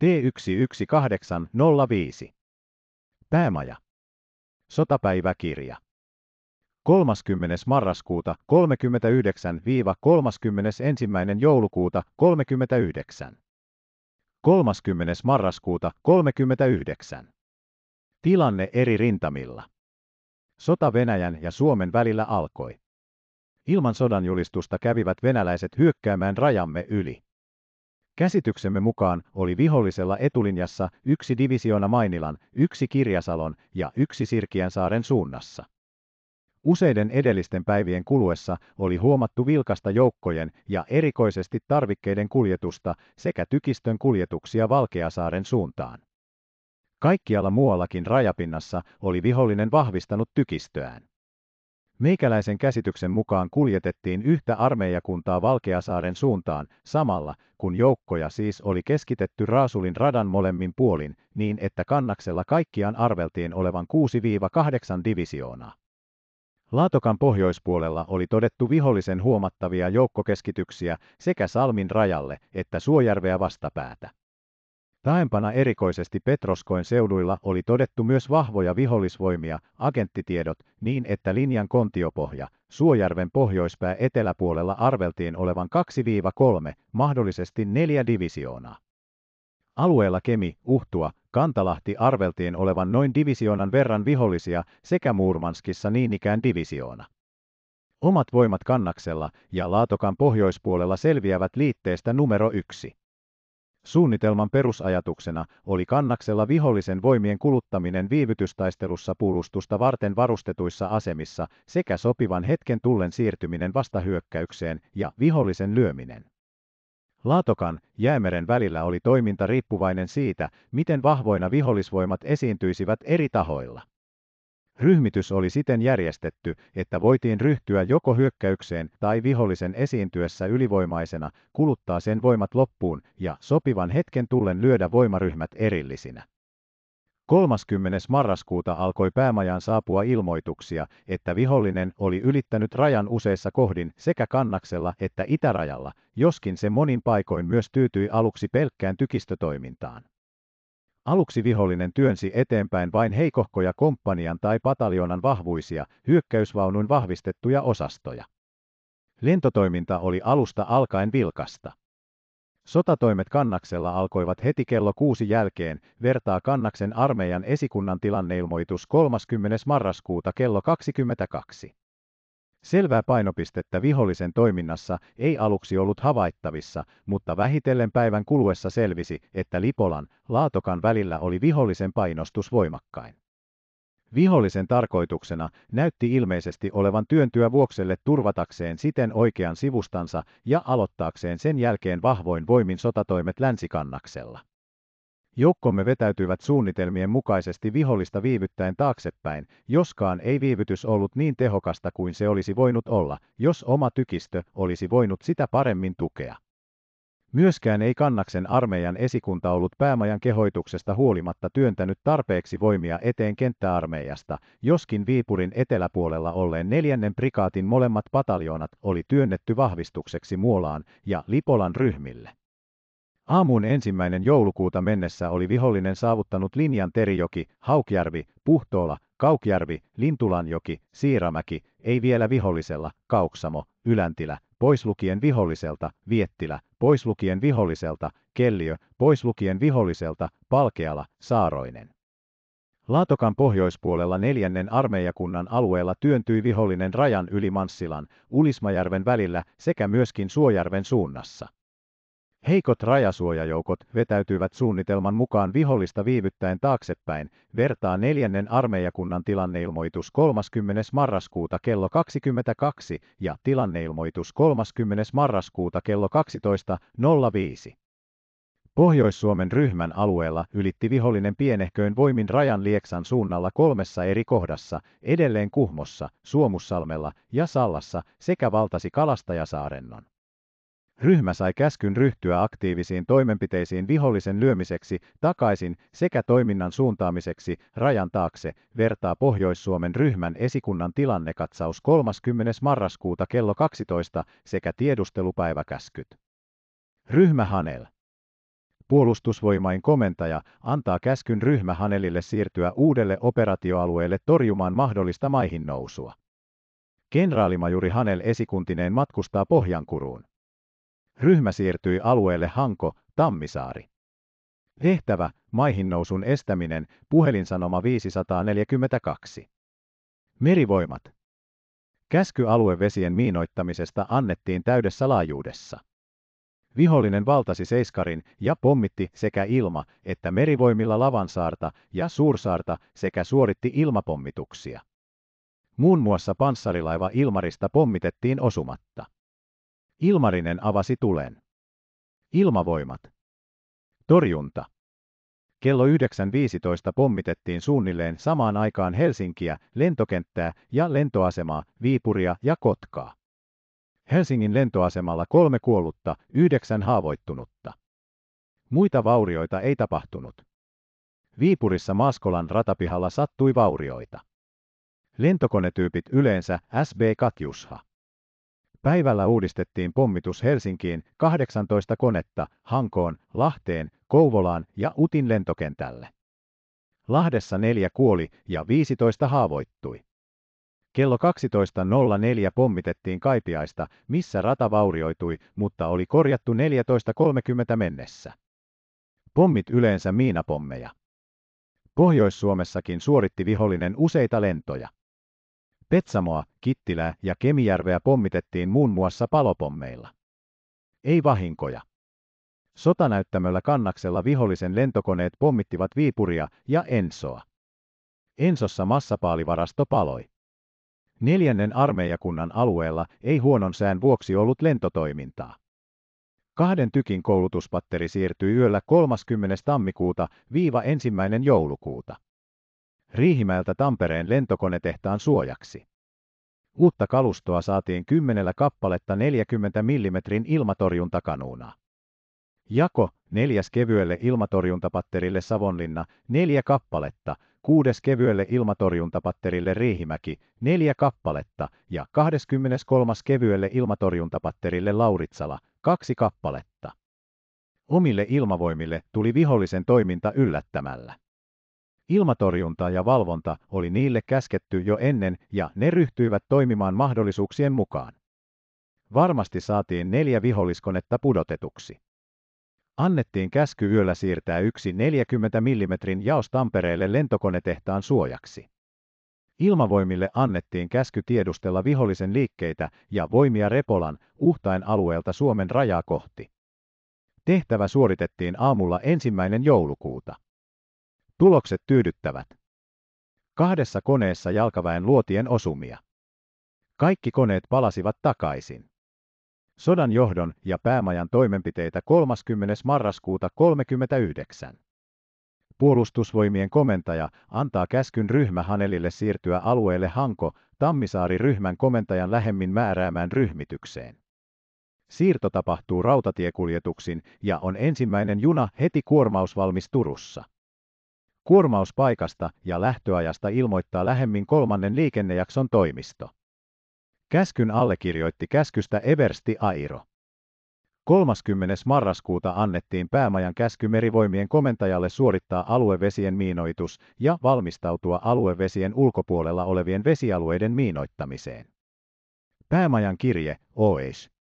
T11805. Päämaja. Sotapäiväkirja. 30. marraskuuta 39–31. joulukuuta 39. 30. marraskuuta 39. Tilanne eri rintamilla. Sota Venäjän ja Suomen välillä alkoi. Ilman sodanjulistusta kävivät venäläiset hyökkäämään rajamme yli. Käsityksemme mukaan oli vihollisella etulinjassa 1 divisioona Mainilan, 1 Kirjasalon ja 1 Sirkiänsaaren suunnassa. Useiden edellisten päivien kuluessa oli huomattu vilkasta joukkojen ja erikoisesti tarvikkeiden kuljetusta sekä tykistön kuljetuksia Valkeasaaren suuntaan. Kaikkialla muuallakin rajapinnassa oli vihollinen vahvistanut tykistöään. Meikäläisen käsityksen mukaan kuljetettiin yhtä armeijakuntaa Valkeasaaren suuntaan samalla, kun joukkoja siis oli keskitetty Raasulin radan molemmin puolin niin, että Kannaksella kaikkiaan arveltiin olevan 6–8 divisioonaa. Laatokan pohjoispuolella oli todettu vihollisen huomattavia joukkokeskityksiä sekä Salmin rajalle että Suojärveä vastapäätä. Taempana erikoisesti Petroskoin seuduilla oli todettu myös vahvoja vihollisvoimia, agenttitiedot, niin että linjan kontiopohja, Suojärven pohjoispää eteläpuolella arveltiin olevan 2–3, mahdollisesti 4 divisioonaa. Alueella Kemi, Uhtua, Kantalahti arveltiin olevan noin divisioonan verran vihollisia sekä Murmanskissa niin ikään divisioona. Omat voimat Kannaksella ja Laatokan pohjoispuolella selviävät liitteestä numero 1. Suunnitelman perusajatuksena oli Kannaksella vihollisen voimien kuluttaminen viivytystaistelussa puolustusta varten varustetuissa asemissa sekä sopivan hetken tullen siirtyminen vastahyökkäykseen ja vihollisen lyöminen. Laatokan, Jäämeren välillä oli toiminta riippuvainen siitä, miten vahvoina vihollisvoimat esiintyisivät eri tahoilla. Ryhmitys oli siten järjestetty, että voitiin ryhtyä joko hyökkäykseen tai vihollisen esiintyessä ylivoimaisena, kuluttaa sen voimat loppuun ja sopivan hetken tullen lyödä voimaryhmät erillisinä. 30. marraskuuta alkoi päämajaan saapua ilmoituksia, että vihollinen oli ylittänyt rajan useissa kohdin sekä Kannaksella että itärajalla, joskin se monin paikoin myös tyytyi aluksi pelkkään tykistötoimintaan. Aluksi vihollinen työnsi eteenpäin vain heikohkoja komppanian tai pataljoonan vahvuisia, hyökkäysvaunun vahvistettuja osastoja. Lentotoiminta oli alusta alkaen vilkasta. Sotatoimet Kannaksella alkoivat heti kello 6 jälkeen, vertaa Kannaksen armeijan esikunnan tilanneilmoitus 30. marraskuuta kello 22. Selvää painopistettä vihollisen toiminnassa ei aluksi ollut havaittavissa, mutta vähitellen päivän kuluessa selvisi, että Lipolan, Laatokan välillä oli vihollisen painostus voimakkain. Vihollisen tarkoituksena näytti ilmeisesti olevan työntyä Vuokselle turvatakseen siten oikean sivustansa ja aloittaakseen sen jälkeen vahvoin voimin sotatoimet Länsi-Kannaksella. Joukkomme vetäytyivät suunnitelmien mukaisesti vihollista viivyttäen taaksepäin, joskaan ei viivytys ollut niin tehokasta kuin se olisi voinut olla, jos oma tykistö olisi voinut sitä paremmin tukea. Myöskään ei Kannaksen armeijan esikunta ollut päämajan kehoituksesta huolimatta työntänyt tarpeeksi voimia eteen kenttäarmeijasta, joskin Viipurin eteläpuolella olleen 4. prikaatin molemmat pataljoonat oli työnnetty vahvistukseksi Muolaan ja Lipolan ryhmille. Aamuun 1. joulukuuta mennessä oli vihollinen saavuttanut linjan Terijoki, Haukjärvi, Puhtoola, Kaukjärvi, Lintulanjoki, Siiramäki, ei vielä vihollisella, Kauksamo, Yläntilä, pois lukien viholliselta, Viettilä, pois lukien viholliselta, Kelliö, pois lukien viholliselta, Palkeala, Saaroinen. Laatokan pohjoispuolella 4. armeijakunnan alueella työntyi vihollinen rajan yli Manssilan, Ulismajärven välillä sekä myöskin Suojärven suunnassa. Heikot rajasuojajoukot vetäytyivät suunnitelman mukaan vihollista viivyttäen taaksepäin, vertaa 4. armeijakunnan tilanneilmoitus 30. marraskuuta kello 22 ja tilanneilmoitus 30. marraskuuta kello 12.05. Pohjois-Suomen ryhmän alueella ylitti vihollinen pienehköin voimin rajan Lieksan suunnalla 3 eri kohdassa, edelleen Kuhmossa, Suomussalmella ja Sallassa sekä valtasi Kalastajasaarennon. Ryhmä sai käskyn ryhtyä aktiivisiin toimenpiteisiin vihollisen lyömiseksi takaisin sekä toiminnan suuntaamiseksi rajan taakse, vertaa Pohjois-Suomen ryhmän esikunnan tilannekatsaus 30. marraskuuta kello 12 sekä tiedustelupäiväkäskyt. Ryhmä Hanel. Puolustusvoimain komentaja antaa käskyn ryhmä Hanelille siirtyä uudelle operaatioalueelle torjumaan mahdollista maihinnousua. Kenraalimajuri Hanel esikuntineen matkustaa Pohjankuruun. Ryhmä siirtyi alueelle Hanko, Tammisaari. Tehtävä, maihinnousun estäminen, puhelinsanoma 542. Merivoimat. Käsky aluevesien miinoittamisesta annettiin täydessä laajuudessa. Vihollinen valtasi Seiskarin ja pommitti sekä ilma- että merivoimilla Lavansaarta ja Suursaarta sekä suoritti ilmapommituksia. Muun muassa panssarilaiva Ilmarista pommitettiin osumatta. Ilmarinen avasi tulen. Ilmavoimat. Torjunta. Kello 9.15 pommitettiin suunnilleen samaan aikaan Helsinkiä, lentokenttää ja lentoasemaa, Viipuria ja Kotkaa. Helsingin lentoasemalla 3 kuollutta, 9 haavoittunutta. Muita vaurioita ei tapahtunut. Viipurissa Maaskolan ratapihalla sattui vaurioita. Lentokonetyypit yleensä SB-Katjusha. Päivällä uudistettiin pommitus Helsinkiin 18 konetta, Hankoon, Lahteen, Kouvolaan ja Utin lentokentälle. Lahdessa 4 kuoli ja 15 haavoittui. Kello 12.04 pommitettiin Kaipiaista, missä rata vaurioitui, mutta oli korjattu 14.30 mennessä. Pommit yleensä miinapommeja. Pohjois-Suomessakin suoritti vihollinen useita lentoja. Petsamoa, Kittilää ja Kemijärveä pommitettiin muun muassa palopommeilla. Ei vahinkoja. Sotanäyttämöllä Kannaksella vihollisen lentokoneet pommittivat Viipuria ja Ensoa. Ensossa massapaalivarasto paloi. 4. armeijakunnan alueella ei huonon sään vuoksi ollut lentotoimintaa. 2 tykin koulutuspatteri siirtyi yöllä 30. tammikuuta - 1. joulukuuta. Riihimäeltä Tampereen lentokonetehtaan suojaksi. Uutta kalustoa saatiin 10 kappaletta 40 mm ilmatorjuntakanuunaa. Jako 4. kevyelle ilmatorjuntapatterille Savonlinna 4 kappaletta, 6. kevyelle ilmatorjuntapatterille Riihimäki 4 kappaletta ja 23. kevyelle ilmatorjuntapatterille Lauritsala 2 kappaletta. Omille ilmavoimille tuli vihollisen toiminta yllättämällä. Ilmatorjunta ja valvonta oli niille käsketty jo ennen ja ne ryhtyivät toimimaan mahdollisuuksien mukaan. Varmasti saatiin 4 viholliskonetta pudotetuksi. Annettiin käsky yöllä siirtää yksi 40 mm jaos Tampereelle lentokonetehtaan suojaksi. Ilmavoimille annettiin käsky tiedustella vihollisen liikkeitä ja voimia Repolan, Uhtain alueelta Suomen rajaa kohti. Tehtävä suoritettiin aamulla 1. joulukuuta. Tulokset tyydyttävät. 2 koneessa jalkaväen luotien osumia. Kaikki koneet palasivat takaisin. Sodan johdon ja päämajan toimenpiteitä 30. marraskuuta 1939. Puolustusvoimien komentaja antaa käskyn ryhmä Hanelille siirtyä alueelle Hanko, Tammisaari ryhmän komentajan lähemmin määräämään ryhmitykseen. Siirto tapahtuu rautatiekuljetuksin ja on ensimmäinen juna heti kuormausvalmis Turussa. Kuormauspaikasta ja lähtöajasta ilmoittaa lähemmin 3. liikennejakson toimisto. Käskyn allekirjoitti käskystä Eversti Airo. 30. marraskuuta annettiin päämajan käsky merivoimien komentajalle suorittaa aluevesien miinoitus ja valmistautua aluevesien ulkopuolella olevien vesialueiden miinoittamiseen. Päämajan kirje, OES.